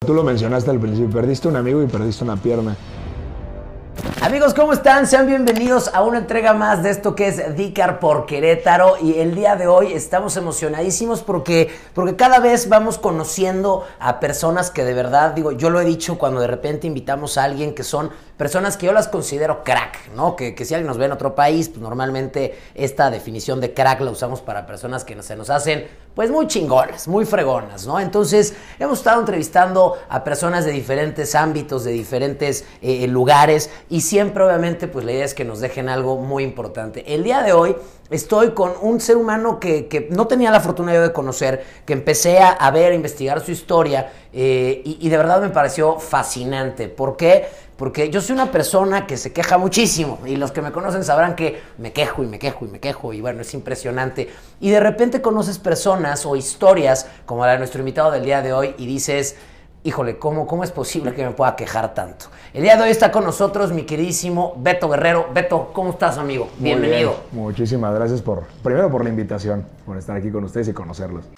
Tú lo mencionaste al principio, perdiste un amigo y perdiste una pierna. Amigos, ¿cómo están? Sean bienvenidos a una entrega más de esto que es Dícar por Querétaro. Y el día de hoy estamos emocionadísimos porque cada vez vamos conociendo a personas que de verdad, digo, yo lo he dicho cuando de repente invitamos a alguien que son personas que yo las considero crack, ¿no? Que si alguien nos ve en otro país, pues normalmente esta definición de crack la usamos para personas que se nos hacen pues muy chingonas, muy fregonas, ¿no? Entonces hemos estado entrevistando a personas de diferentes ámbitos, de diferentes lugares, y siempre obviamente pues la idea es que nos dejen algo muy importante. El día de hoy estoy con un ser humano que no tenía la fortuna yo de conocer, que empecé a ver, a investigar su historia, y de verdad me pareció fascinante. ¿Por qué? Porque yo soy una persona que se queja muchísimo, y los que me conocen sabrán que me quejo y me quejo y me quejo, y bueno, es impresionante. Y de repente conoces personas o historias como la de nuestro invitado del día de hoy y dices, híjole, ¿cómo es posible que me pueda quejar tanto? El día de hoy está con nosotros mi queridísimo Beto Guerrero. Beto, ¿cómo estás, amigo? Bienvenido. Bien. Muchísimas gracias primero por la invitación, por estar aquí con ustedes y conocerlos.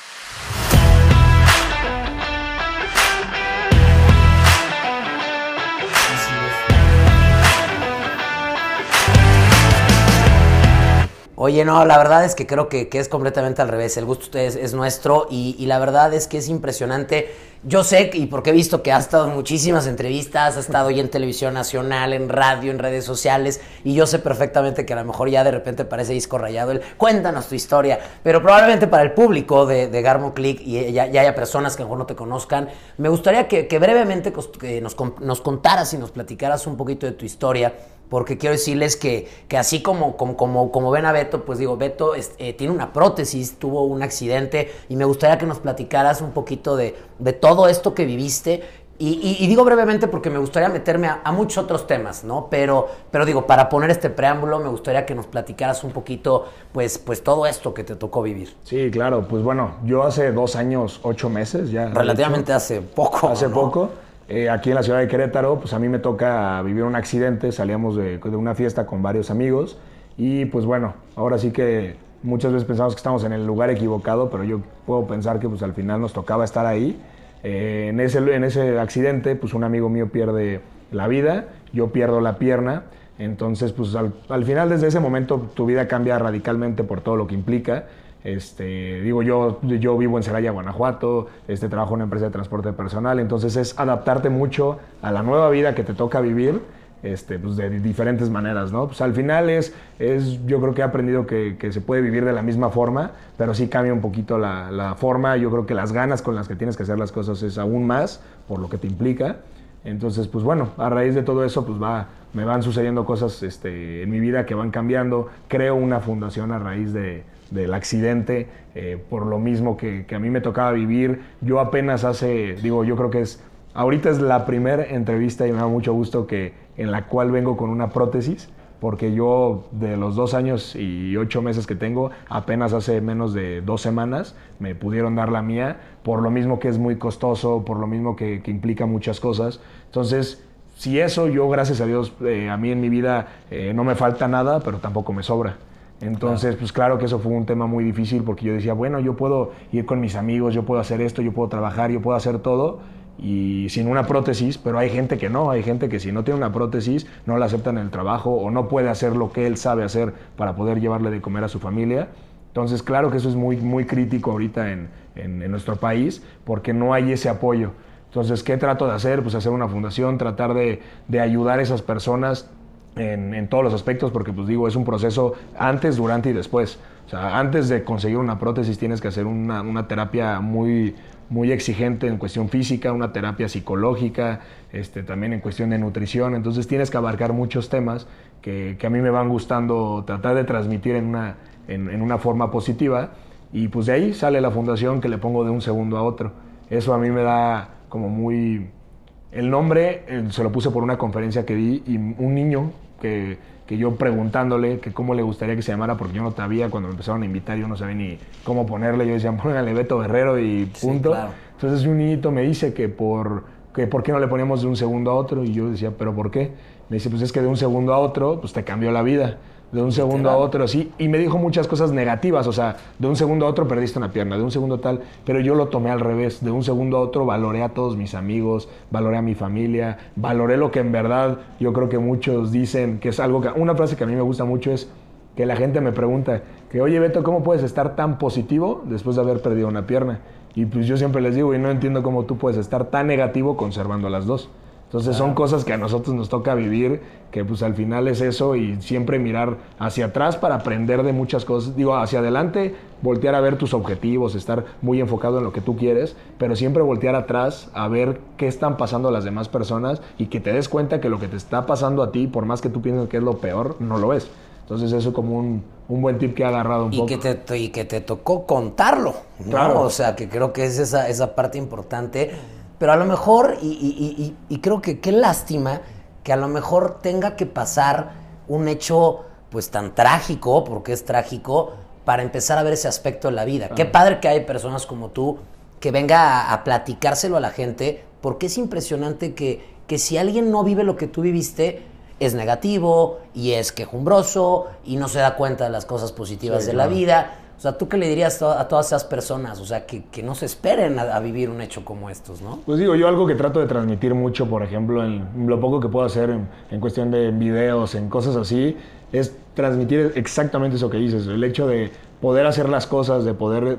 Oye, no, la verdad es que creo que es completamente al revés. El gusto es nuestro y la verdad es que es impresionante. Yo sé, y porque he visto que has estado en muchísimas entrevistas, has estado ya en televisión nacional, en radio, en redes sociales, y yo sé perfectamente que a lo mejor ya de repente parece disco rayado el cuéntanos tu historia, pero probablemente para el público de Garmo Click y ya haya personas que a lo mejor no te conozcan, me gustaría que brevemente nos contaras y nos platicaras un poquito de tu historia, porque quiero decirles que así como ven a Beto, pues digo, Beto tiene una prótesis, tuvo un accidente, y me gustaría que nos platicaras un poquito de todo esto que viviste, y digo brevemente porque me gustaría meterme a muchos otros temas, ¿no? Pero digo, para poner este preámbulo, me gustaría que nos platicaras un poquito, pues todo esto que te tocó vivir. Sí, claro, pues bueno, yo hace 2 años, 8 meses ya. Relativamente hace poco, Hace ¿no? poco. Aquí en la ciudad de Querétaro, pues a mí me toca vivir un accidente, salíamos de una fiesta con varios amigos y pues bueno, ahora sí que muchas veces pensamos que estamos en el lugar equivocado, pero yo puedo pensar que pues al final nos tocaba estar ahí. En ese accidente, pues un amigo mío pierde la vida, yo pierdo la pierna, entonces pues al final desde ese momento tu vida cambia radicalmente por todo lo que implica. Digo, yo vivo en Celaya, Guanajuato, trabajo en una empresa de transporte personal, entonces es adaptarte mucho a la nueva vida que te toca vivir, pues de diferentes maneras, ¿no? Pues al final yo creo que he aprendido que se puede vivir de la misma forma, pero sí cambia un poquito la forma. Yo creo que las ganas con las que tienes que hacer las cosas es aún más por lo que te implica. Entonces, pues bueno, a raíz de todo eso, pues me van sucediendo cosas en mi vida que van cambiando. Creo una fundación a raíz del accidente, por lo mismo que a mí me tocaba vivir. Yo apenas yo creo que ahorita es la primera entrevista y me da mucho gusto en la cual vengo con una prótesis, porque yo de los 2 años y 8 meses que tengo, apenas hace menos de 2 semanas me pudieron dar la mía, por lo mismo que es muy costoso, por lo mismo que implica muchas cosas. Entonces, si eso, yo gracias a Dios, a mí en mi vida no me falta nada, pero tampoco me sobra. Entonces, pues claro que eso fue un tema muy difícil, porque yo decía, bueno, yo puedo ir con mis amigos, yo puedo hacer esto, yo puedo trabajar, yo puedo hacer todo, y sin una prótesis, pero hay gente que no, hay gente que si no tiene una prótesis no la aceptan en el trabajo o no puede hacer lo que él sabe hacer para poder llevarle de comer a su familia. Entonces, claro que eso es muy, muy crítico ahorita en nuestro país, porque no hay ese apoyo. Entonces, ¿qué trato de hacer? Pues hacer una fundación, tratar de ayudar a esas personas en todos los aspectos, porque pues digo, es un proceso antes, durante y después. O sea, antes de conseguir una prótesis tienes que hacer una terapia muy, muy exigente en cuestión física, una terapia psicológica, también en cuestión de nutrición. Entonces tienes que abarcar muchos temas que a mí me van gustando tratar de transmitir en una forma positiva, y pues de ahí sale la fundación que le pongo de un segundo a otro. Eso a mí me da como muy... El nombre se lo puse por una conferencia que di, y un niño que yo preguntándole que cómo le gustaría que se llamara, porque yo no sabía, cuando me empezaron a invitar yo no sabía ni cómo ponerle, yo decía, póngale Beto Guerrero y punto. Sí, claro. Entonces un niñito me dice que por qué no le poníamos de un segundo a otro, y yo decía, ¿pero por qué? Me dice, pues es que de un segundo a otro pues te cambió la vida. de un segundo a otro, sí, y me dijo muchas cosas negativas, o sea, de un segundo a otro perdiste una pierna, de un segundo tal, pero yo lo tomé al revés, de un segundo a otro valoré a todos mis amigos, valoré a mi familia, valoré lo que en verdad yo creo que muchos dicen, que es algo que, una frase que a mí me gusta mucho es que la gente me pregunta, que oye Beto, ¿cómo puedes estar tan positivo después de haber perdido una pierna? Y pues yo siempre les digo, y no entiendo cómo tú puedes estar tan negativo conservando las dos. Entonces son cosas que a nosotros nos toca vivir, que pues al final es eso y siempre mirar hacia atrás para aprender de muchas cosas. Digo, hacia adelante, voltear a ver tus objetivos, estar muy enfocado en lo que tú quieres, pero siempre voltear atrás a ver qué están pasando las demás personas y que te des cuenta que lo que te está pasando a ti, por más que tú pienses que es lo peor, no lo es. Entonces eso como un buen tip que he agarrado un poco. Y que te tocó contarlo, ¿no? Claro. O sea, que creo que es esa parte importante. Pero a lo mejor, y creo que qué lástima que a lo mejor tenga que pasar un hecho pues tan trágico, porque es trágico, para empezar a ver ese aspecto de la vida. Qué padre que hay personas como tú que venga a platicárselo a la gente, porque es impresionante que si alguien no vive lo que tú viviste, es negativo y es quejumbroso y no se da cuenta de las cosas positivas de la vida. O sea, ¿tú qué le dirías a todas esas personas? O sea, que no se esperen a vivir un hecho como estos, ¿no? Pues digo, yo algo que trato de transmitir mucho, por ejemplo, en lo poco que puedo hacer en cuestión de videos, en cosas así, es transmitir exactamente eso que dices. El hecho de poder hacer las cosas, de poder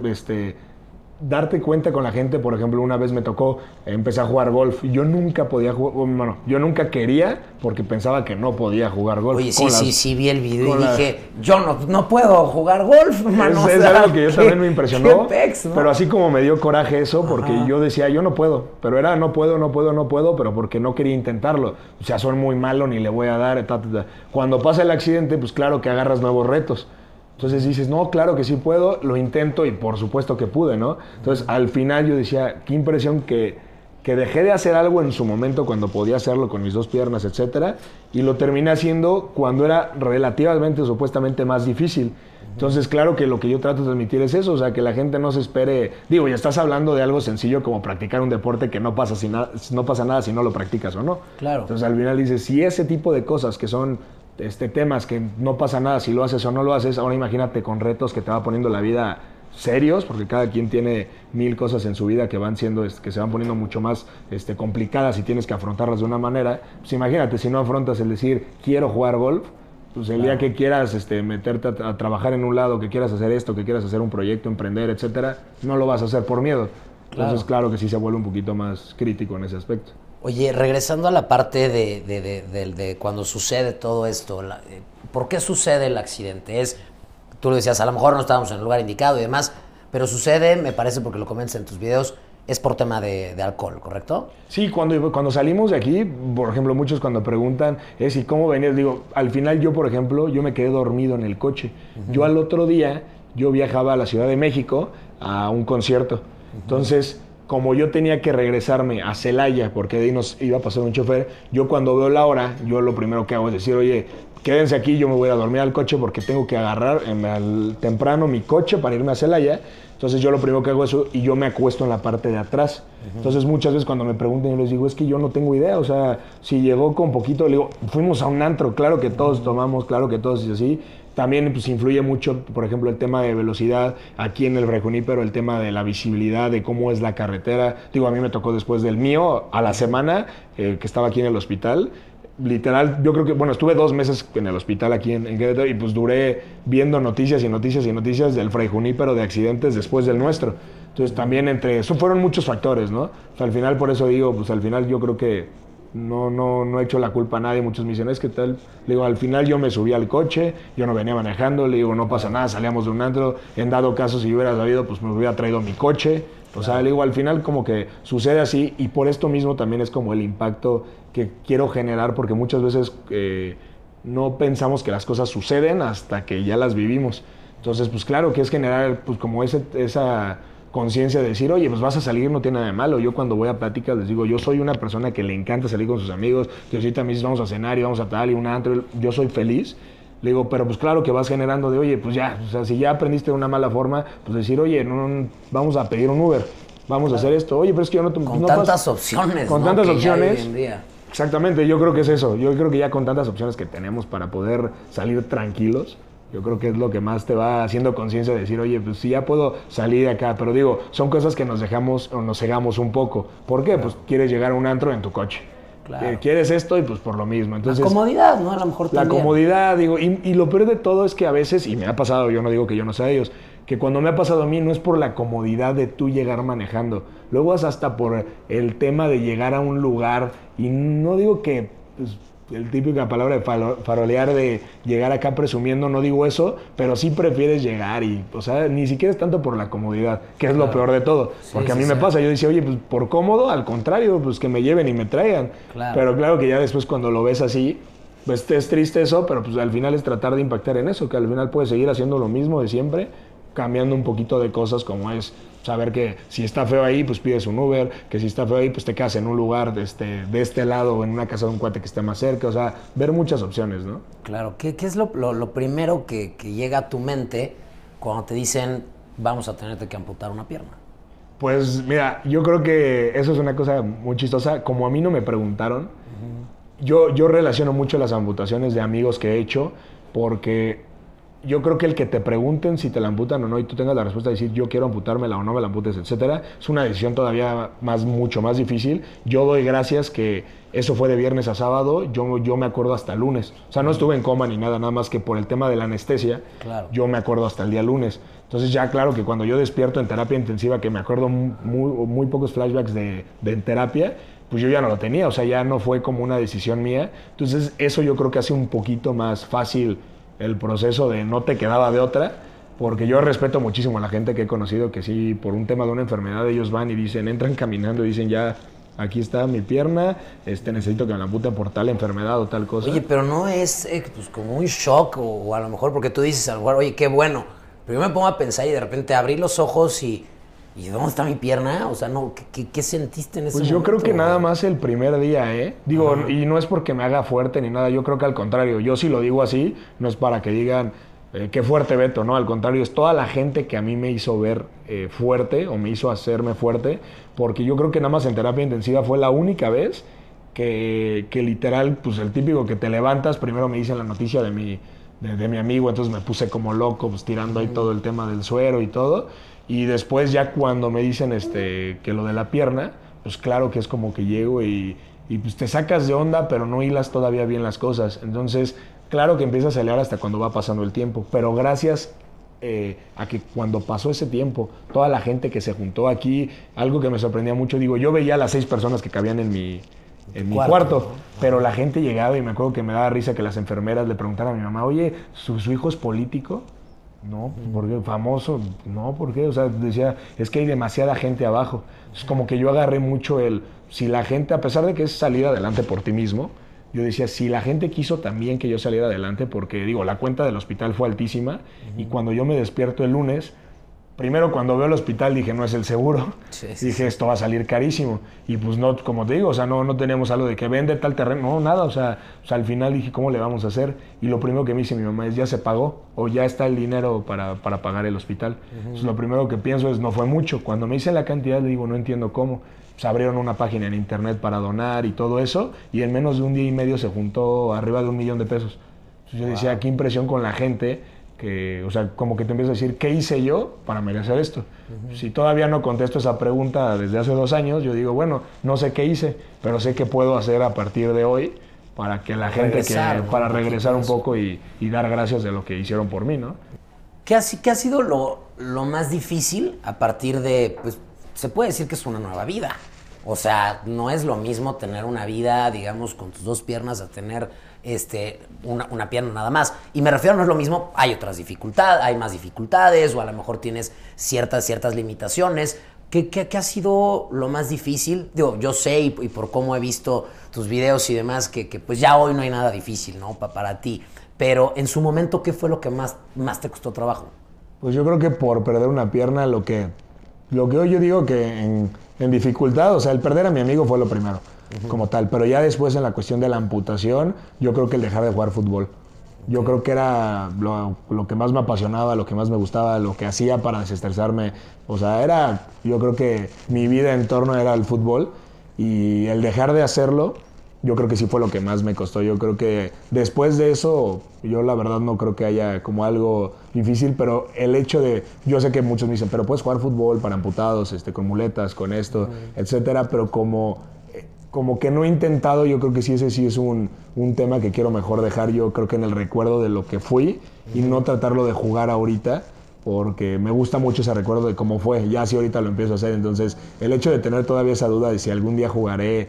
darte cuenta con la gente. Por ejemplo, una vez me tocó empezar a jugar golf. Yo nunca podía jugar, bueno, yo nunca quería porque pensaba que no podía jugar golf. Oye, sí, vi el video y dije, yo no puedo jugar golf, mano. Es algo que yo también me impresionó, pex, ¿no? Pero así como me dio coraje eso, porque yo decía, yo no puedo, pero era no puedo, pero porque no quería intentarlo. O sea, soy muy malo, ni le voy a dar, Cuando pasa el accidente, pues claro que agarras nuevos retos. Entonces dices, no, claro que sí puedo, lo intento y por supuesto que pude, ¿no? Entonces al final yo decía, qué impresión que dejé de hacer algo en su momento cuando podía hacerlo con mis dos piernas, etcétera, y lo terminé haciendo cuando era relativamente, supuestamente más difícil. Entonces, claro que lo que yo trato de transmitir es eso, o sea, que la gente no se espere. Digo, ya estás hablando de algo sencillo como practicar un deporte que no pasa nada si no lo practicas o no. Claro. Entonces al final dices, si ese tipo de cosas que son temas que no pasa nada si lo haces o no lo haces, ahora imagínate con retos que te va poniendo la vida serios, porque cada quien tiene 1000 cosas en su vida que van siendo, que se van poniendo mucho más complicadas y tienes que afrontarlas de una manera. Pues imagínate, si no afrontas el decir, quiero jugar golf, pues el día que quieras meterte a trabajar en un lado, que quieras hacer esto, que quieras hacer un proyecto, emprender, etcétera, no lo vas a hacer por miedo. Entonces, claro que sí se vuelve un poquito más crítico en ese aspecto. Oye, regresando a la parte de cuando sucede todo esto, ¿por qué sucede el accidente? Tú lo decías, a lo mejor no estábamos en el lugar indicado y demás, pero sucede, me parece, porque lo comentas en tus videos, es por tema de alcohol, ¿correcto? Sí, cuando salimos de aquí, por ejemplo, muchos cuando preguntan, ¿y cómo venías? Digo, al final yo, por ejemplo, yo me quedé dormido en el coche. Yo al otro día, yo viajaba a la Ciudad de México a un concierto. Entonces, como yo tenía que regresarme a Celaya, porque de ahí nos iba a pasar un chofer, yo cuando veo la hora, yo lo primero que hago es decir, oye, quédense aquí, yo me voy a dormir al coche porque tengo que agarrar temprano mi coche para irme a Celaya. Entonces yo lo primero que hago es eso y yo me acuesto en la parte de atrás. Entonces muchas veces cuando me preguntan yo les digo, es que yo no tengo idea, o sea, si llegó con poquito, le digo, fuimos a un antro, claro que todos tomamos, claro que todos y así. También pues influye mucho, por ejemplo, el tema de velocidad aquí en el Fray Junípero, el tema de la visibilidad, de cómo es la carretera. Digo, a mí me tocó después del mío, a la semana, que estaba aquí en el hospital. Literal, yo creo que, bueno, estuve 2 meses en el hospital aquí en Querétaro y pues duré viendo noticias del Fray Junípero de accidentes después del nuestro. Entonces también eso fueron muchos factores, ¿no? O sea, al final, por eso digo, pues al final yo creo que no he hecho la culpa a nadie. Muchos me dicen, es que tal, le digo, al final yo me subí al coche, yo no venía manejando, le digo, no pasa nada, salíamos de un antro, en dado caso si yo hubiera sabido, pues me hubiera traído mi coche. O sea, le digo, al final como que sucede así y por esto mismo también es como el impacto que quiero generar, porque muchas veces no pensamos que las cosas suceden hasta que ya las vivimos. Entonces, pues claro que es generar pues como esa conciencia de decir, oye, pues vas a salir, no tiene nada de malo. Yo cuando voy a pláticas les digo, yo soy una persona que le encanta salir con sus amigos, que ahorita me dices, vamos a cenar y vamos a tal y un antro, yo soy feliz. Le digo, pero pues claro que vas generando de, oye, pues ya, o sea, si ya aprendiste de una mala forma, pues decir, oye, no, vamos a pedir un Uber, vamos a hacer esto. Oye, pero es que yo no... Con tantas opciones, con ¿no? tantas que opciones. hoy en día. Exactamente, yo creo que es eso. Yo creo que ya con tantas opciones que tenemos para poder salir tranquilos, yo creo que es lo que más te va haciendo conciencia de decir, oye, pues sí, ya puedo salir de acá. Pero digo, son cosas que nos dejamos o nos cegamos un poco. ¿Por qué? Pues quieres llegar a un antro en tu coche. Claro. Quieres esto y pues por lo mismo. Entonces, la comodidad, ¿no? A lo mejor también. La comodidad, digo, y lo peor de todo es que a veces, y me ha pasado, yo no digo que yo no sea de ellos, que cuando me ha pasado a mí no es por la comodidad de tú llegar manejando. Luego es hasta por el tema de llegar a un lugar, y no digo que, pues, el típica palabra de farolear, de llegar acá presumiendo, no digo eso, pero sí prefieres llegar y, o sea, ni siquiera es tanto por la comodidad, que es lo peor de todo. Porque a mí me pasa, yo decía, oye, pues por cómodo, al contrario, pues que me lleven y me traigan. Claro. Pero claro que ya después cuando lo ves así, pues es triste eso, pero pues al final es tratar de impactar en eso, que al final puedes seguir haciendo lo mismo de siempre, cambiando un poquito de cosas, como es saber que si está feo ahí, pues pides un Uber, que si está feo ahí, pues te quedas en un lugar de este lado, en una casa de un cuate que esté más cerca, o sea, ver muchas opciones, ¿no? Claro, ¿qué es lo primero que llega a tu mente cuando te dicen vamos a tenerte que amputar una pierna? Pues mira, yo creo que eso es una cosa muy chistosa, como a mí no me preguntaron, yo relaciono mucho las amputaciones de amigos que he hecho, porque yo creo que el que te pregunten si te la amputan o no y tú tengas la respuesta de decir yo quiero amputármela o no me la amputes, etcétera, es una decisión todavía mucho más difícil. Yo doy gracias que eso fue de viernes a sábado, yo me acuerdo hasta el lunes. O sea, no estuve en coma ni nada más que por el tema de la anestesia, yo me acuerdo hasta el día lunes. Entonces ya claro que cuando yo despierto en terapia intensiva, que me acuerdo muy pocos flashbacks de terapia, pues yo ya no lo tenía, o sea, ya no fue como una decisión mía. Entonces eso yo creo que hace un poquito más fácil el proceso de no te quedaba de otra, porque yo respeto muchísimo a la gente que he conocido que sí, por un tema de una enfermedad, ellos van y dicen, entran caminando y dicen ya, aquí está mi pierna, necesito que me la amputen por tal enfermedad o tal cosa. Oye, pero no es pues como un shock o a lo mejor porque tú dices al lugar, oye, qué bueno, pero yo me pongo a pensar y de repente abrí los ojos y ¿dónde está mi pierna? O sea, no, ¿qué sentiste en ese momento? Pues yo creo que nada más el primer día, ¿eh? Digo, y no es porque me haga fuerte ni nada, yo creo que al contrario, yo si lo digo así, no es para que digan, qué fuerte Beto, ¿no? Al contrario, es toda la gente que a mí me hizo ver fuerte o me hizo hacerme fuerte, porque yo creo que nada más en terapia intensiva fue la única vez que literal, pues el típico que te levantas, primero me dicen la noticia de mi amigo, entonces me puse como loco, pues tirando ahí todo el tema del suero y todo. Y después ya cuando me dicen que lo de la pierna, pues claro que es como que llego y pues te sacas de onda, pero no hilas todavía bien las cosas. Entonces, claro que empiezas a acelerar hasta cuando va pasando el tiempo. Pero gracias a que cuando pasó ese tiempo, toda la gente que se juntó aquí, algo que me sorprendía mucho, digo, yo veía a las 6 personas que cabían en mi cuarto, pero la gente llegaba y me acuerdo que me daba risa que las enfermeras le preguntaran a mi mamá, oye, ¿su hijo es político? No, porque famoso, no, ¿por qué? O sea, decía, es que hay demasiada gente abajo. Es como que yo agarré mucho si la gente, a pesar de que es salir adelante por ti mismo, yo decía, si la gente quiso también que yo saliera adelante, porque digo, la cuenta del hospital fue altísima, y cuando yo me despierto el lunes, primero cuando veo el hospital dije, no es el seguro, dije, esto va a salir carísimo, y pues no, como te digo, o sea, no teníamos algo de que vende tal terreno, no, nada, o sea, al final dije, ¿cómo le vamos a hacer? Y lo primero que me dice mi mamá es, ¿ya se pagó? O ya está el dinero para pagar el hospital. Entonces lo primero que pienso es, no fue mucho. Cuando me dicen la cantidad, le digo, no entiendo cómo. Pues abrieron una página en internet para donar y todo eso, y en menos de un día y medio se juntó arriba de $1 millón. Entonces yo decía, qué impresión con la gente, que, o sea, como que te empiezas a decir, ¿qué hice yo para merecer esto? Si todavía no contesto esa pregunta desde hace 2 años, yo digo, bueno, no sé qué hice, pero sé qué puedo hacer a partir de hoy para que la gente, para regresar un poco y dar gracias de lo que hicieron por mí, ¿no? ¿Qué ha sido lo más difícil a partir de, pues, se puede decir que es una nueva vida? O sea, no es lo mismo tener una vida, digamos, con tus 2 piernas a tener una pierna nada más. Y me refiero, no es lo mismo, hay otras dificultades, hay más dificultades, o a lo mejor tienes ciertas limitaciones. ¿Qué ha sido lo más difícil? Digo, yo sé y por cómo he visto tus videos y demás, que pues ya hoy no hay nada difícil, ¿no? Para ti. Pero en su momento, ¿qué fue lo que más te costó trabajo? Pues yo creo que por perder una pierna, lo que hoy yo digo que en dificultad, o sea, el perder a mi amigo fue lo primero, como tal. Pero ya después en la cuestión de la amputación, yo creo que el dejar de jugar fútbol. Yo creo que era lo que más me apasionaba, lo que más me gustaba, lo que hacía para desestresarme. O sea, yo creo que mi vida en torno era el fútbol, y el dejar de hacerlo, yo creo que sí fue lo que más me costó. Yo creo que después de eso, yo la verdad no creo que haya como algo difícil, pero el hecho de, yo sé que muchos me dicen, pero puedes jugar fútbol para amputados, con muletas, con esto, etcétera, pero como que no he intentado, yo creo que sí, ese sí es un tema que quiero mejor dejar, yo creo que en el recuerdo de lo que fui y no tratarlo de jugar ahorita, porque me gusta mucho ese recuerdo de cómo fue, ya si ahorita lo empiezo a hacer, entonces el hecho de tener todavía esa duda de si algún día jugaré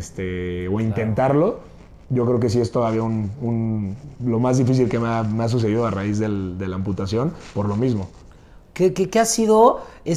o intentarlo, yo creo que sí es todavía lo más difícil que me ha sucedido a raíz de la amputación, por lo mismo. ¿Qué ha sido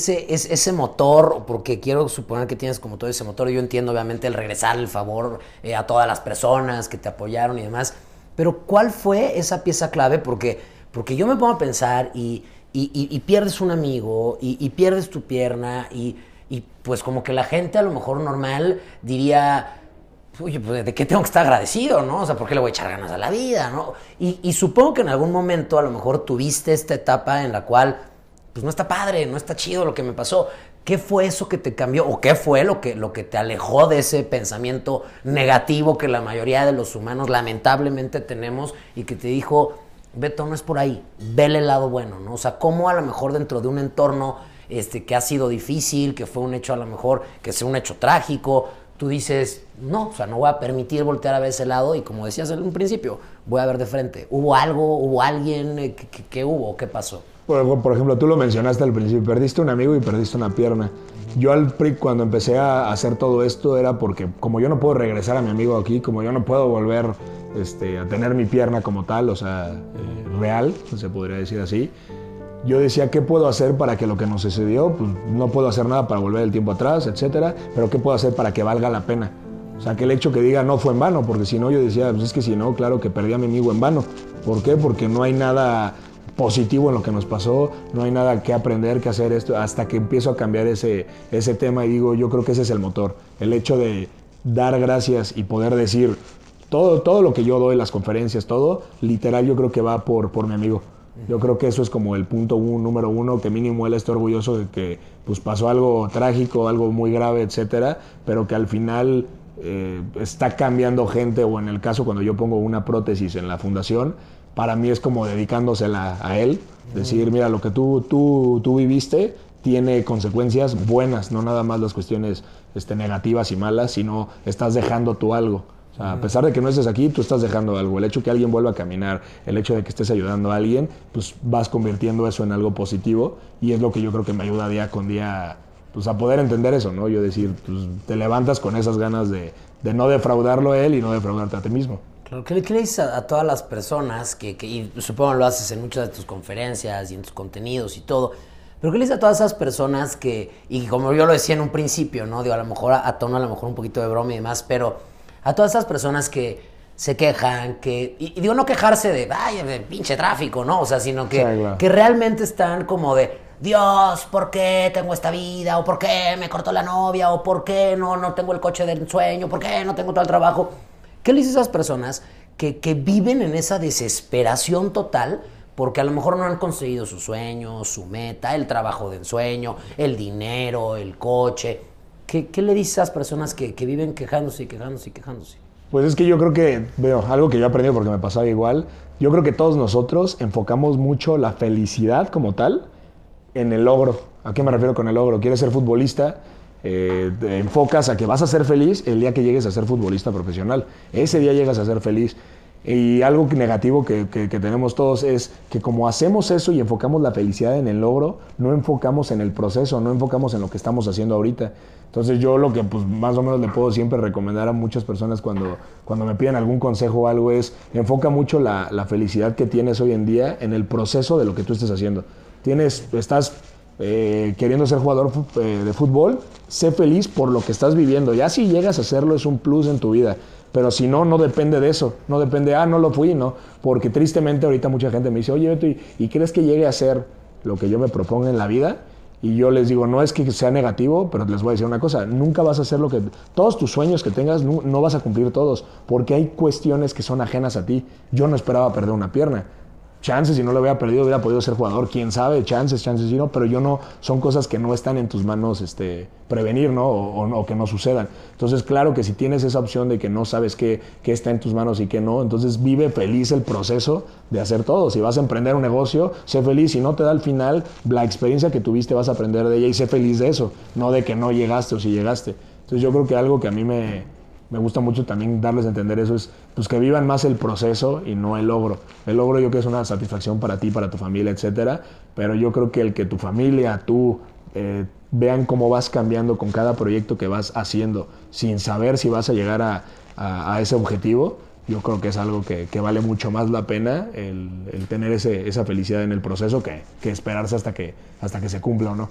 ese motor? Porque quiero suponer que tienes como todo ese motor. Yo entiendo obviamente el regresar el favor a todas las personas que te apoyaron y demás, pero ¿cuál fue esa pieza clave? Porque yo me pongo a pensar y pierdes un amigo y pierdes tu pierna y pues como que la gente a lo mejor normal diría, oye, pues ¿de qué tengo que estar agradecido, no? O sea, ¿por qué le voy a echar ganas a la vida, no? Y supongo que en algún momento a lo mejor tuviste esta etapa en la cual pues no está padre, no está chido lo que me pasó. ¿Qué fue eso que te cambió? ¿O qué fue lo que te alejó de ese pensamiento negativo que la mayoría de los humanos lamentablemente tenemos y que te dijo, Beto, no es por ahí, vele el lado bueno, ¿no? O sea, cómo a lo mejor dentro de un entorno que ha sido difícil, que fue un hecho a lo mejor, que sea un hecho trágico, tú dices, no, o sea, no voy a permitir voltear a ver ese lado y como decías en un principio, voy a ver de frente. ¿Hubo algo, hubo alguien? ¿Qué hubo? ¿Qué pasó? Por ejemplo, tú lo mencionaste al principio, perdiste un amigo y perdiste una pierna. Yo cuando empecé a hacer todo esto era porque como yo no puedo regresar a mi amigo aquí, como yo no puedo volver a tener mi pierna como tal, o sea, real, se podría decir así, yo decía, ¿qué puedo hacer para que lo que nos sucedió? Pues no puedo hacer nada para volver el tiempo atrás, etcétera, pero ¿qué puedo hacer para que valga la pena? O sea, que el hecho que diga no fue en vano, porque si no, yo decía, pues es que si no, claro que perdí a mi amigo en vano. ¿Por qué? Porque no hay nada positivo en lo que nos pasó, no hay nada que aprender, que hacer esto, hasta que empiezo a cambiar ese tema y digo, yo creo que ese es el motor, el hecho de dar gracias y poder decir todo lo que yo doy, las conferencias, todo, literal yo creo que va por mi amigo. Yo creo que eso es como el punto número uno, que mínimo él esté orgulloso de que pues, pasó algo trágico, algo muy grave, etcétera, pero que al final está cambiando gente, o en el caso cuando yo pongo una prótesis en la fundación, para mí es como dedicándosela a él, decir, mira, lo que tú viviste tiene consecuencias buenas, no nada más las cuestiones negativas y malas, sino estás dejando tú algo. O sea, a pesar de que no estés aquí, tú estás dejando algo. El hecho de que alguien vuelva a caminar, el hecho de que estés ayudando a alguien, pues vas convirtiendo eso en algo positivo y es lo que yo creo que me ayuda día con día pues, a poder entender eso, ¿no? Yo decir, pues, te levantas con esas ganas de no defraudarlo a él y no defraudarte a ti mismo. Claro, ¿qué le dices a todas las personas y supongo lo haces en muchas de tus conferencias y en tus contenidos y todo, pero qué le dices a todas esas personas y como yo lo decía en un principio, ¿no? Digo, a lo mejor a tono, a lo mejor un poquito de broma y demás, pero a todas esas personas que se quejan, y digo no quejarse de pinche tráfico, ¿no? O sea, sino que, sí, claro, que realmente están como de, Dios, ¿por qué tengo esta vida? ¿O por qué me cortó la novia? ¿O por qué no tengo el coche del sueño? ¿Por qué no tengo todo el trabajo? ¿Qué le dices a esas personas que viven en esa desesperación total porque a lo mejor no han conseguido su sueño, su meta, el trabajo de ensueño, el dinero, el coche? ¿Qué le dices a esas personas que viven quejándose y quejándose y quejándose? Pues es que yo creo que, algo que yo he aprendido porque me pasaba igual, yo creo que todos nosotros enfocamos mucho la felicidad como tal en el logro. ¿A qué me refiero con el logro? ¿Quieres ser futbolista? Te enfocas a que vas a ser feliz el día que llegues a ser futbolista profesional. Ese día llegas a ser feliz. Y algo negativo que tenemos todos es que como hacemos eso y enfocamos la felicidad en el logro, no enfocamos en el proceso, no enfocamos en lo que estamos haciendo ahorita. Entonces yo lo que pues, más o menos le puedo siempre recomendar a muchas personas cuando me piden algún consejo o algo es, enfoca mucho la felicidad que tienes hoy en día en el proceso de lo que tú estés haciendo. Estás queriendo ser jugador de fútbol, sé feliz por lo que estás viviendo. Ya si llegas a hacerlo es un plus en tu vida. Pero si no, no depende de eso. No depende, no lo fui, no. Porque tristemente ahorita mucha gente me dice, oye, Beto, ¿y crees que llegue a ser lo que yo me proponga en la vida? Y yo les digo, no es que sea negativo, pero les voy a decir una cosa. Nunca vas a hacer lo que... Todos tus sueños que tengas, no vas a cumplir todos. Porque hay cuestiones que son ajenas a ti. Yo no esperaba perder una pierna. chances, si no lo hubiera perdido, hubiera podido ser jugador, quién sabe, chances sí, no, pero son cosas que no están en tus manos prevenir, ¿no? O que no sucedan. Entonces, claro que si tienes esa opción de que no sabes qué está en tus manos y qué no, entonces vive feliz el proceso de hacer todo. Si vas a emprender un negocio, sé feliz. Si no te da al final la experiencia que tuviste, vas a aprender de ella y sé feliz de eso, no de que no llegaste o si llegaste. Entonces, yo creo que algo que a mí me gusta mucho también darles a entender eso es pues, que vivan más el proceso y no el logro. El logro yo creo que es una satisfacción para ti, para tu familia, etcétera, pero yo creo que el que tu familia, tú, vean cómo vas cambiando con cada proyecto que vas haciendo sin saber si vas a llegar a ese objetivo, yo creo que es algo que vale mucho más la pena el tener esa felicidad en el proceso que esperarse hasta que se cumpla o no.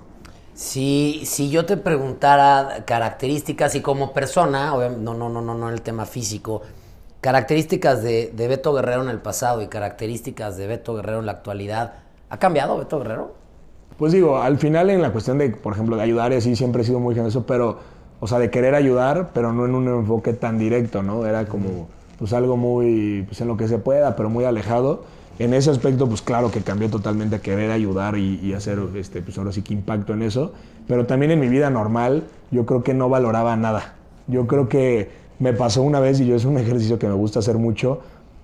Si yo te preguntara características y como persona, no en el tema físico, características de Beto Guerrero en el pasado y características de Beto Guerrero en la actualidad, ¿ha cambiado Beto Guerrero? Pues digo, al final en la cuestión de, por ejemplo, de ayudar y así, siempre he sido muy generoso, pero, o sea, de querer ayudar, pero no en un enfoque tan directo, ¿no? Era como, pues algo muy, pues en lo que se pueda, pero muy alejado. En ese aspecto, pues claro que cambió totalmente a querer ayudar y hacer, pues ahora sí que impacto en eso. Pero también en mi vida normal, yo creo que no valoraba nada. Yo creo que me pasó una vez, y yo es un ejercicio que me gusta hacer mucho,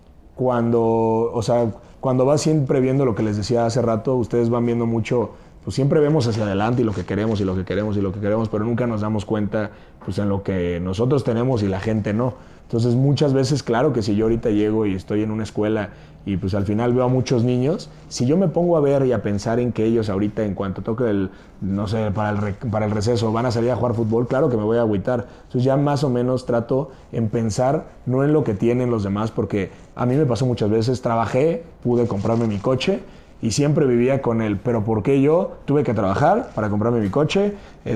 cuando vas siempre viendo lo que les decía hace rato, ustedes van viendo mucho, pues siempre vemos hacia adelante y lo que queremos y lo que queremos y lo que queremos, pero nunca nos damos cuenta pues en lo que nosotros tenemos y la gente no. Entonces muchas veces, claro que si yo ahorita llego y estoy en una escuela y pues al final veo a muchos niños, si yo me pongo a ver y a pensar en que ellos ahorita en cuanto toque no sé, para el receso van a salir a jugar fútbol, claro que me voy a agüitar. Entonces ya más o menos trato en pensar no en lo que tienen los demás, porque a mí me pasó muchas veces, trabajé, pude comprarme mi coche y siempre vivía con él, pero ¿por qué yo tuve que trabajar para comprarme mi coche?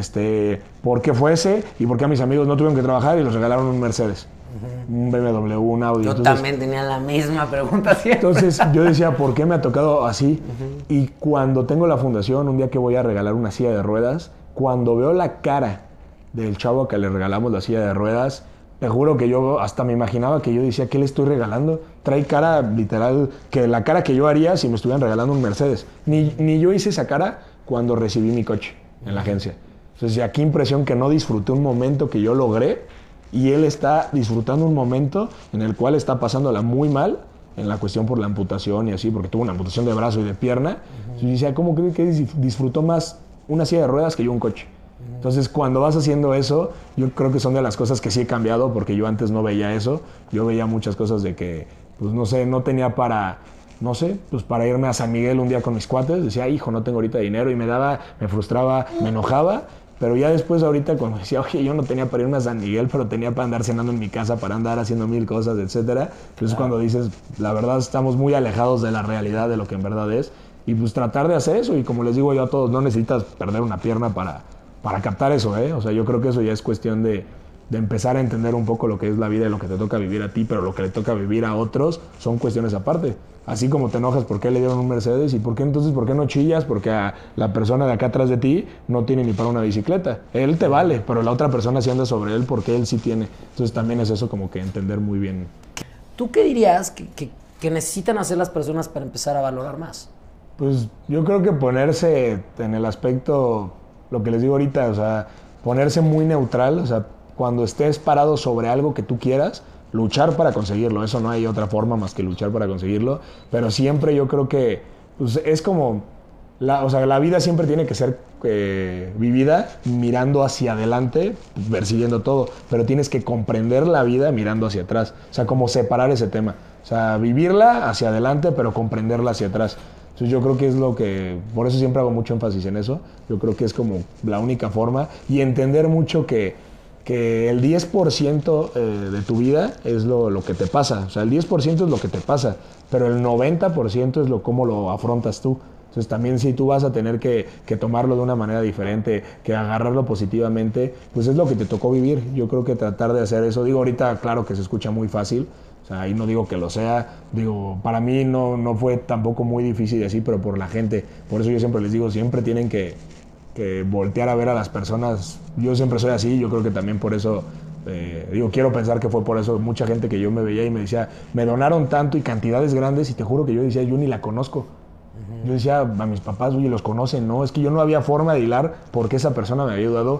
¿Por qué fuese? ¿Y por qué a mis amigos no tuvieron que trabajar y les regalaron un Mercedes? Un BMW, un Audi. Yo también tenía la misma pregunta siempre. Entonces yo decía, ¿por qué me ha tocado así? Y cuando tengo la fundación, un día que voy a regalar una silla de ruedas, cuando veo la cara del chavo que le regalamos la silla de ruedas, te juro que yo hasta me imaginaba que yo decía, ¿qué le estoy regalando? Trae cara literal, que la cara que yo haría si me estuvieran regalando un Mercedes. Ni yo hice esa cara cuando recibí mi coche en la agencia. Entonces, ya qué impresión que no disfruté un momento que yo logré y él está disfrutando un momento en el cual está pasándola muy mal en la cuestión por la amputación y así, porque tuvo una amputación de brazo y de pierna. Entonces, decía, ¿cómo cree que disfrutó más una silla de ruedas que yo un coche? Entonces, cuando vas haciendo eso, yo creo que son de las cosas que sí he cambiado, porque yo antes no veía eso. Yo veía muchas cosas de que, pues no sé, no tenía para irme a San Miguel un día con mis cuates. Decía, hijo, no tengo ahorita dinero, y me frustraba, me enojaba. Pero ya después ahorita cuando decía, oye, yo no tenía para irme a San Miguel, pero tenía para andar cenando en mi casa, para andar haciendo mil cosas, etcétera. Entonces cuando dices, la verdad estamos muy alejados de la realidad, de lo que en verdad es. Y pues tratar de hacer eso, y como les digo yo a todos, no necesitas perder una pierna para captar eso, ¿eh? O sea, yo creo que eso ya es cuestión de empezar a entender un poco lo que es la vida y lo que te toca vivir a ti, pero lo que le toca vivir a otros son cuestiones aparte. Así como te enojas por qué le dieron un Mercedes y por qué no chillas porque a la persona de acá atrás de ti no tiene ni para una bicicleta. Él te vale, pero la otra persona sí anda sobre él porque él sí tiene. Entonces también es eso como que entender muy bien. ¿Tú qué dirías que necesitan hacer las personas para empezar a valorar más? Pues yo creo que ponerse en el aspecto, lo que les digo ahorita, o sea, ponerse muy neutral, o sea, cuando estés parado sobre algo que tú quieras, luchar para conseguirlo. Eso no hay otra forma más que luchar para conseguirlo. Pero siempre yo creo que pues, es como... la vida siempre tiene que ser vivida mirando hacia adelante, persiguiendo todo. Pero tienes que comprender la vida mirando hacia atrás. O sea, como separar ese tema. O sea, vivirla hacia adelante, pero comprenderla hacia atrás. Entonces yo creo que es lo que... Por eso siempre hago mucho énfasis en eso. Yo creo que es como la única forma. Y entender mucho que el 10% de tu vida es lo que te pasa. O sea, el 10% es lo que te pasa, pero el 90% es cómo lo afrontas tú. Entonces también si tú vas a tener que tomarlo de una manera diferente, que agarrarlo positivamente, pues es lo que te tocó vivir. Yo creo que tratar de hacer eso, digo ahorita claro que se escucha muy fácil, o sea, ahí no digo que lo sea, digo, para mí no fue tampoco muy difícil así, pero por la gente. Por eso yo siempre les digo, siempre tienen que voltear a ver a las personas. Yo siempre soy así, yo creo que también por eso Quiero pensar que fue por eso. Mucha gente que yo me veía y me decía, me donaron tanto y cantidades grandes, y te juro que yo decía, yo ni la conozco. Yo decía a mis papás, oye, los conocen, ¿no? Es que yo no había forma de hilar porque esa persona me había ayudado,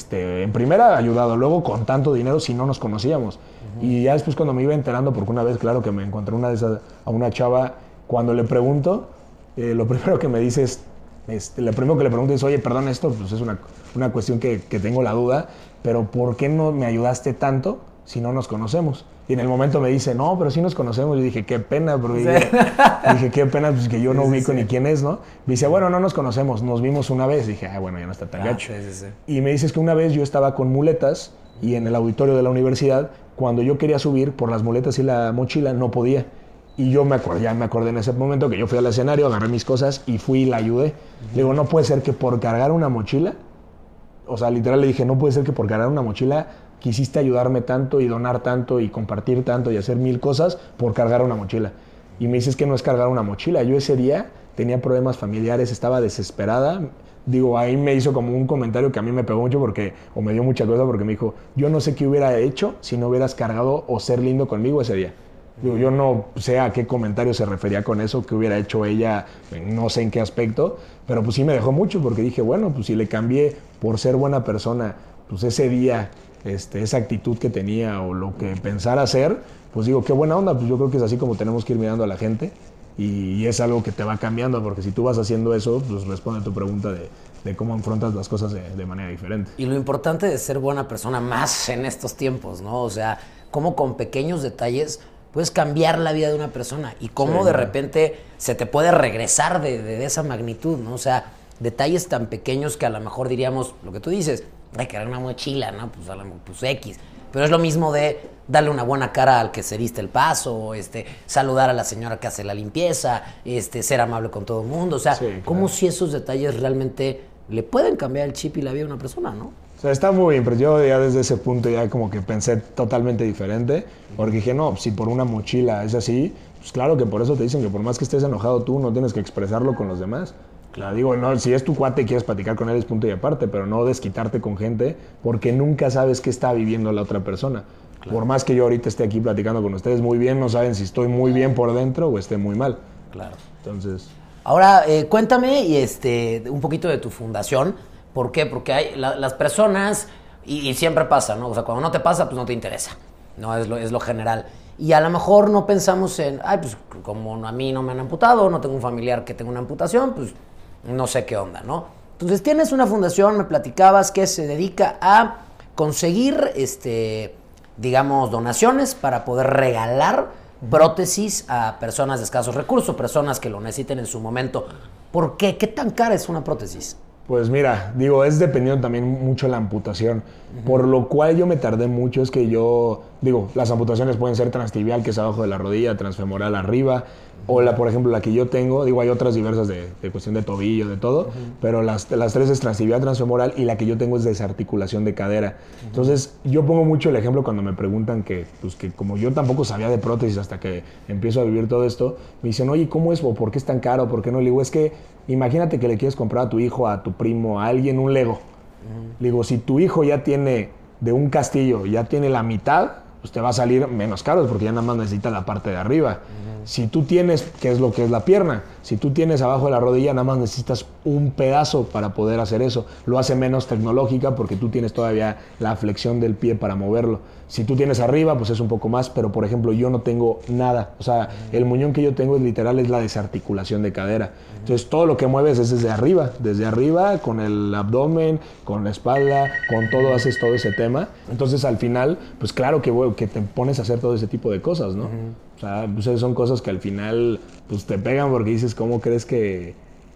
en primera ayudado, luego con tanto dinero si no nos conocíamos. Y ya después cuando me iba enterando, porque una vez, claro, que me encontré a una chava, cuando le pregunto, lo primero que me dice es, lo primero que le pregunto es, oye, perdón, esto pues es una cuestión que tengo la duda, pero ¿por qué no me ayudaste tanto si no nos conocemos? Y en el momento me dice, no, pero sí nos conocemos. Yo dije, qué pena, porque dije, qué pena, pues que yo no ubico ni quién es, ¿no? Me dice, bueno, no nos conocemos, nos vimos una vez. Dije, bueno, ya no está tan gacho. Y me dices que una vez yo estaba con muletas y en el auditorio de la universidad, cuando yo quería subir por las muletas y la mochila, no podía. Y yo me acordé en ese momento que yo fui al escenario, agarré mis cosas y fui y la ayudé. Le digo, no puede ser que por cargar una mochila, o sea, literal le dije, no puede ser que por cargar una mochila quisiste ayudarme tanto y donar tanto y compartir tanto y hacer 1000 cosas por cargar una mochila. Y me dices que no es cargar una mochila. Yo ese día tenía problemas familiares, estaba desesperada. Ahí me hizo como un comentario que a mí me pegó mucho o me dio mucha cosa porque me dijo, yo no sé qué hubiera hecho si no hubieras cargado o ser lindo conmigo ese día. Yo no sé a qué comentario se refería con eso, qué hubiera hecho ella, no sé en qué aspecto, pero pues sí me dejó mucho porque dije, bueno, pues si le cambié por ser buena persona, pues ese día, esa actitud que tenía o lo que pensara hacer, pues digo, qué buena onda, pues yo creo que es así como tenemos que ir mirando a la gente y es algo que te va cambiando, porque si tú vas haciendo eso, pues responde a tu pregunta de cómo afrontas las cosas de manera diferente. Y lo importante de ser buena persona más en estos tiempos, ¿no? O sea, cómo con pequeños detalles puedes cambiar la vida de una persona y cómo de repente se te puede regresar de esa magnitud, ¿no? O sea, detalles tan pequeños que a lo mejor diríamos, lo que tú dices, hay que dar una mochila, ¿no? Pues X. Pero es lo mismo de darle una buena cara al que se diste el paso, saludar a la señora que hace la limpieza, ser amable con todo el mundo. O sea, claro, como si esos detalles realmente le pueden cambiar el chip y la vida de una persona, ¿no? O sea, está muy bien, pero yo ya desde ese punto ya como que pensé totalmente diferente, porque dije, no, si por una mochila es así, pues claro que por eso te dicen que por más que estés enojado tú, no tienes que expresarlo con los demás. Claro. Digo, no, si es tu cuate y quieres platicar con él es punto y aparte, pero no desquitarte con gente, porque nunca sabes qué está viviendo la otra persona. Claro. Por más que yo ahorita esté aquí platicando con ustedes muy bien, no saben si estoy muy bien por dentro o esté muy mal. Claro. Entonces... Ahora, cuéntame un poquito de tu fundación. ¿Por qué? Porque hay las personas, y siempre pasa, ¿no? O sea, cuando no te pasa, pues no te interesa, ¿no? Es lo general. Y a lo mejor no pensamos en, pues como a mí no me han amputado, no tengo un familiar que tenga una amputación, pues no sé qué onda, ¿no? Entonces tienes una fundación, me platicabas, que se dedica a conseguir, digamos, donaciones para poder regalar prótesis a personas de escasos recursos, personas que lo necesiten en su momento. ¿Por qué? ¿Qué tan cara es una prótesis? Pues mira, es dependiendo también mucho de la amputación. Por lo cual yo me tardé mucho, es que las amputaciones pueden ser transtibial, que es abajo de la rodilla, transfemoral arriba, o por ejemplo, la que yo tengo, hay otras diversas de cuestión de tobillo, de todo, pero las tres es transtibial, transfemoral, y la que yo tengo es desarticulación de cadera. Entonces, yo pongo mucho el ejemplo cuando me preguntan que como yo tampoco sabía de prótesis hasta que empiezo a vivir todo esto, me dicen, oye, ¿cómo es? ¿O por qué es tan caro? ¿Por qué no? Le digo, es que imagínate que le quieres comprar a tu hijo, a tu primo, a alguien un Lego. Le digo, si tu hijo ya tiene de un castillo, ya tiene la mitad, pues te va a salir menos caro porque ya nada más necesita la parte de arriba. Si tú tienes, ¿qué es lo que es la pierna? Si tú tienes abajo de la rodilla, nada más necesitas un pedazo para poder hacer eso. Lo hace menos tecnológica porque tú tienes todavía la flexión del pie para moverlo. Si tú tienes arriba, pues es un poco más, pero por ejemplo, yo no tengo nada. O sea, el muñón que yo tengo es la desarticulación de cadera. Entonces, todo lo que mueves es desde arriba, con el abdomen, con la espalda, con todo, haces todo ese tema. Entonces, al final, pues claro que te pones a hacer todo ese tipo de cosas, ¿no? O sea, pues son cosas que al final pues te pegan porque dices, ¿cómo crees que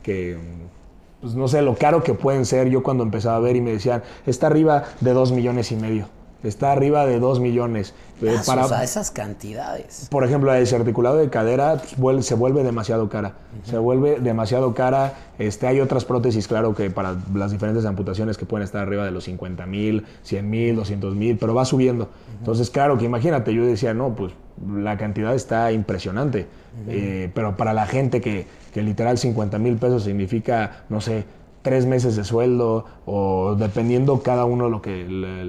pues no sé, lo caro que pueden ser? Yo cuando empezaba a ver y me decían, está arriba de 2,5 millones, está arriba de 2 millones. O sea, esas cantidades. Por ejemplo, el desarticulado de cadera se vuelve demasiado cara. Se vuelve demasiado cara. Hay otras prótesis, claro, que para las diferentes amputaciones que pueden estar arriba de los 50,000, 100,000, 200,000, pero va subiendo. Entonces, claro, que imagínate, yo decía, no, pues la cantidad está impresionante. Pero para la gente que literal 50,000 pesos significa, no sé, 3 meses de sueldo, o dependiendo cada uno lo que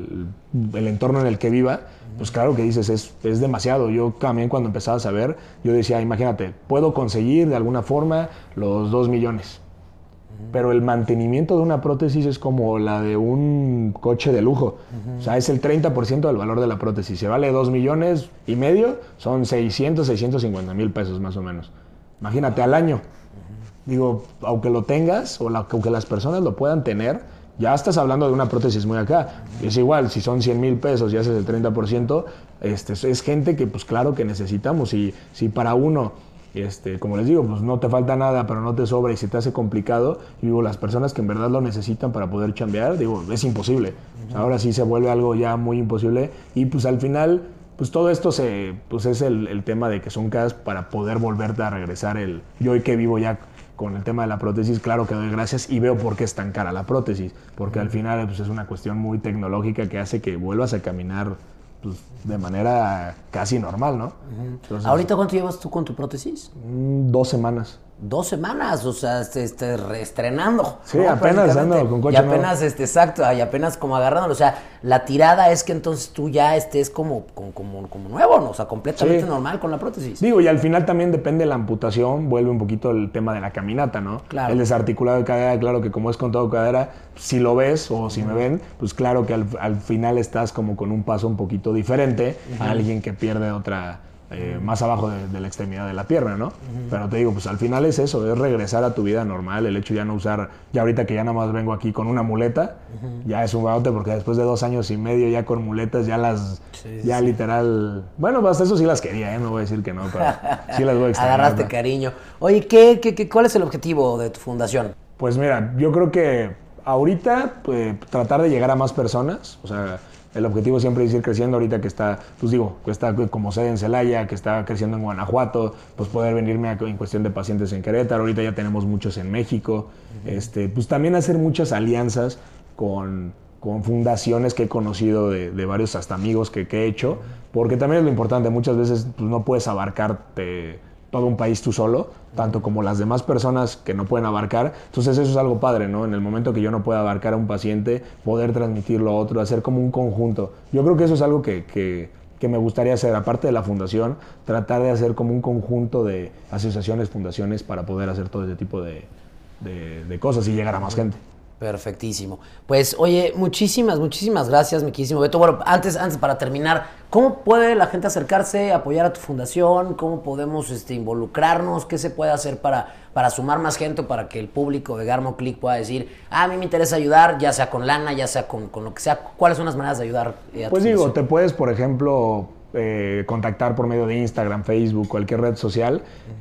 el entorno en el que viva, pues claro que dices, es demasiado. Yo también cuando empezaba a saber, yo decía, imagínate, puedo conseguir de alguna forma los 2 millones. Pero el mantenimiento de una prótesis es como la de un coche de lujo. O sea, es el 30% del valor de la prótesis. Si vale 2,5 millones, son 650 mil pesos más o menos. Imagínate, al año. Digo, aunque lo tengas, aunque las personas lo puedan tener, ya estás hablando de una prótesis muy acá. Es igual, si son 100 mil pesos y haces el 30%, es gente que pues claro que necesitamos. Y si para uno, como les digo, pues no te falta nada, pero no te sobra y se te hace complicado, y digo, las personas que en verdad lo necesitan para poder chambear, digo, es imposible. O sea, ahora sí se vuelve algo ya muy imposible, y pues al final, pues todo esto pues es el tema de que son caras para poder volverte a regresar. Yo hoy que vivo ya con el tema de la prótesis, claro que doy gracias y veo por qué es tan cara la prótesis, porque al final pues es una cuestión muy tecnológica que hace que vuelvas a caminar pues, de manera casi normal, ¿no? Entonces, ¿ahorita cuánto llevas tú con tu prótesis? 2 semanas. 2 semanas, o sea, reestrenando. Sí, ¿no? Apenas ando con coche. Y apenas, exacto, y apenas como agarrándolo. O sea, la tirada es que entonces tú ya estés como nuevo, ¿no? O sea, completamente normal con la prótesis. Digo, y al final también depende de la amputación, vuelve un poquito el tema de la caminata, ¿no? Claro. El desarticulado de cadera, claro que como es con todo cadera, si lo ves o si me ven, pues claro que al final estás como con un paso un poquito diferente a alguien que pierde otra... más abajo de la extremidad de la pierna, ¿no? Pero te digo, pues al final es eso, es regresar a tu vida normal, el hecho de ya no usar, ya ahorita que ya nada más vengo aquí con una muleta, ya es un baute, porque después de 2 años y medio ya con muletas, ya literal, bueno, hasta eso sí las quería, no voy a decir que no, pero sí las voy a extrañar. Agarraste cariño. Oye, ¿cuál es el objetivo de tu fundación? Pues mira, yo creo que ahorita tratar de llegar a más personas, o sea, el objetivo siempre es ir creciendo. Ahorita que está, pues digo, que está como sede en Celaya, que está creciendo en Guanajuato, pues poder venirme en cuestión de pacientes en Querétaro. Ahorita ya tenemos muchos en México. Pues también hacer muchas alianzas con fundaciones que he conocido de varios hasta amigos que he hecho, porque también es lo importante. Muchas veces pues, no puedes abarcarte todo un país tú solo, tanto como las demás personas que no pueden abarcar. Entonces eso es algo padre, ¿no? En el momento que yo no pueda abarcar a un paciente, poder transmitirlo a otro, hacer como un conjunto. Yo creo que eso es algo que me gustaría hacer, aparte de la fundación, tratar de hacer como un conjunto de asociaciones, fundaciones, para poder hacer todo ese tipo de cosas y llegar a más gente. Perfectísimo. Pues, oye, muchísimas gracias, mi queridísimo Beto. Bueno, antes para terminar, ¿cómo puede la gente acercarse, apoyar a tu fundación? ¿Cómo podemos involucrarnos? ¿Qué se puede hacer para sumar más gente, para que el público de Garmo Click pueda decir, a mí me interesa ayudar, ya sea con lana, ya sea con lo que sea? ¿Cuáles son las maneras de ayudar a tu Pues digo, fundación? te puedes, por ejemplo... contactar por medio de Instagram, Facebook, cualquier red social.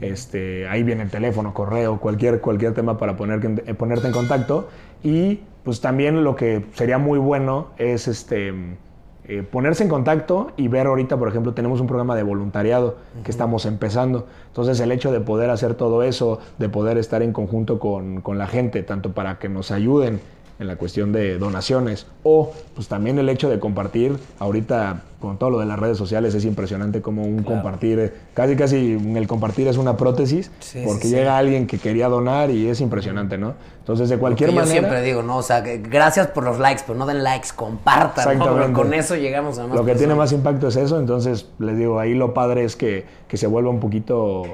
Ahí viene el teléfono, correo, cualquier tema para ponerte en contacto. Y pues también lo que sería muy bueno es ponerse en contacto y ver ahorita, por ejemplo, tenemos un programa de voluntariado que estamos empezando. Entonces el hecho de poder hacer todo eso, de poder estar en conjunto con la gente, tanto para que nos ayuden en la cuestión de donaciones, o pues también el hecho de compartir. Ahorita con todo lo de las redes sociales es impresionante como compartir, casi el compartir es una prótesis, porque llega alguien que quería donar y es impresionante, ¿no? Entonces de cualquier manera... Yo siempre digo, ¿no? O sea, gracias por los likes, pero no den likes, compartan, exactamente, ¿no? Con eso llegamos a más Lo que personas. tiene más impacto es eso. Entonces les digo, ahí lo padre es que se vuelva un poquito,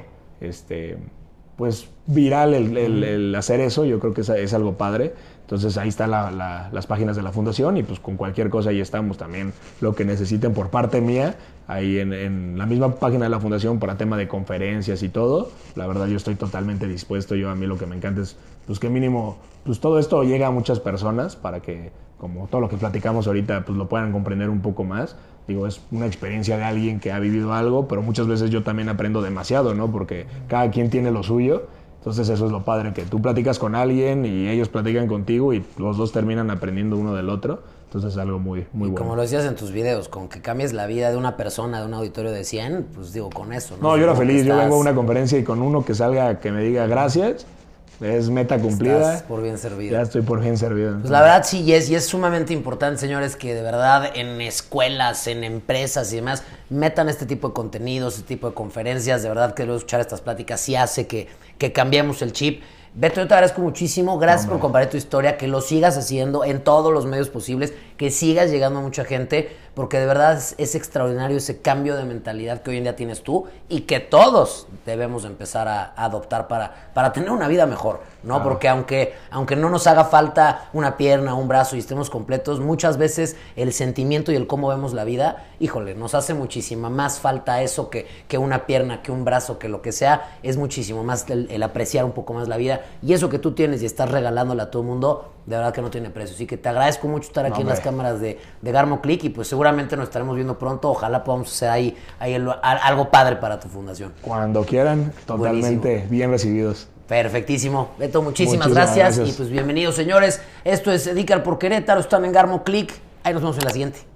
pues viral el hacer eso. Yo creo que es algo padre. Entonces ahí están las páginas de la fundación y pues con cualquier cosa ahí estamos. También lo que necesiten por parte mía, ahí en la misma página de la fundación para tema de conferencias y todo. La verdad yo estoy totalmente dispuesto. A mí lo que me encanta es pues que mínimo pues todo esto llega a muchas personas para que, como todo lo que platicamos ahorita, pues lo puedan comprender un poco más. Digo, es una experiencia de alguien que ha vivido algo, pero muchas veces yo también aprendo demasiado, ¿no? Porque cada quien tiene lo suyo. Entonces eso es lo padre, que tú platicas con alguien y ellos platican contigo y los dos terminan aprendiendo uno del otro. Entonces es algo muy bueno. Como lo decías en tus videos, con que cambies la vida de una persona, de un auditorio de 100, pues digo, con eso, ¿no? No, yo era feliz. Yo vengo a una conferencia y con uno que salga que me diga gracias, es meta cumplida. Estás por bien servido. Ya estoy por bien servido. Pues la verdad sí, y es sumamente importante, señores, que de verdad en escuelas, en empresas y demás, metan este tipo de contenidos, este tipo de conferencias. De verdad que luego escuchar estas pláticas sí hace que cambiemos el chip. Beto, yo te agradezco muchísimo. Gracias por compartir tu historia. Que lo sigas haciendo en todos los medios posibles. Que sigas llegando a mucha gente. Porque de verdad es extraordinario ese cambio de mentalidad que hoy en día tienes tú. Y que todos debemos empezar a adoptar para tener una vida mejor, ¿no? Claro. Porque aunque no nos haga falta una pierna, un brazo y estemos completos, muchas veces el sentimiento y el cómo vemos la vida, híjole, nos hace muchísima más falta eso que una pierna, que un brazo, que lo que sea. Es muchísimo más el apreciar un poco más la vida. Y eso que tú tienes y estás regalándole a todo el mundo, de verdad que no tiene precio. Así que te agradezco mucho estar aquí en las cámaras de Garmo Click y pues seguramente nos estaremos viendo pronto. Ojalá podamos hacer ahí algo padre para tu fundación. Cuando quieran, totalmente buenísimo. Bien recibidos. Perfectísimo. Beto, muchísimas gracias. Y pues bienvenidos, señores. Esto es Edícar por Querétaro. Están en Garmo Click. Ahí nos vemos en la siguiente.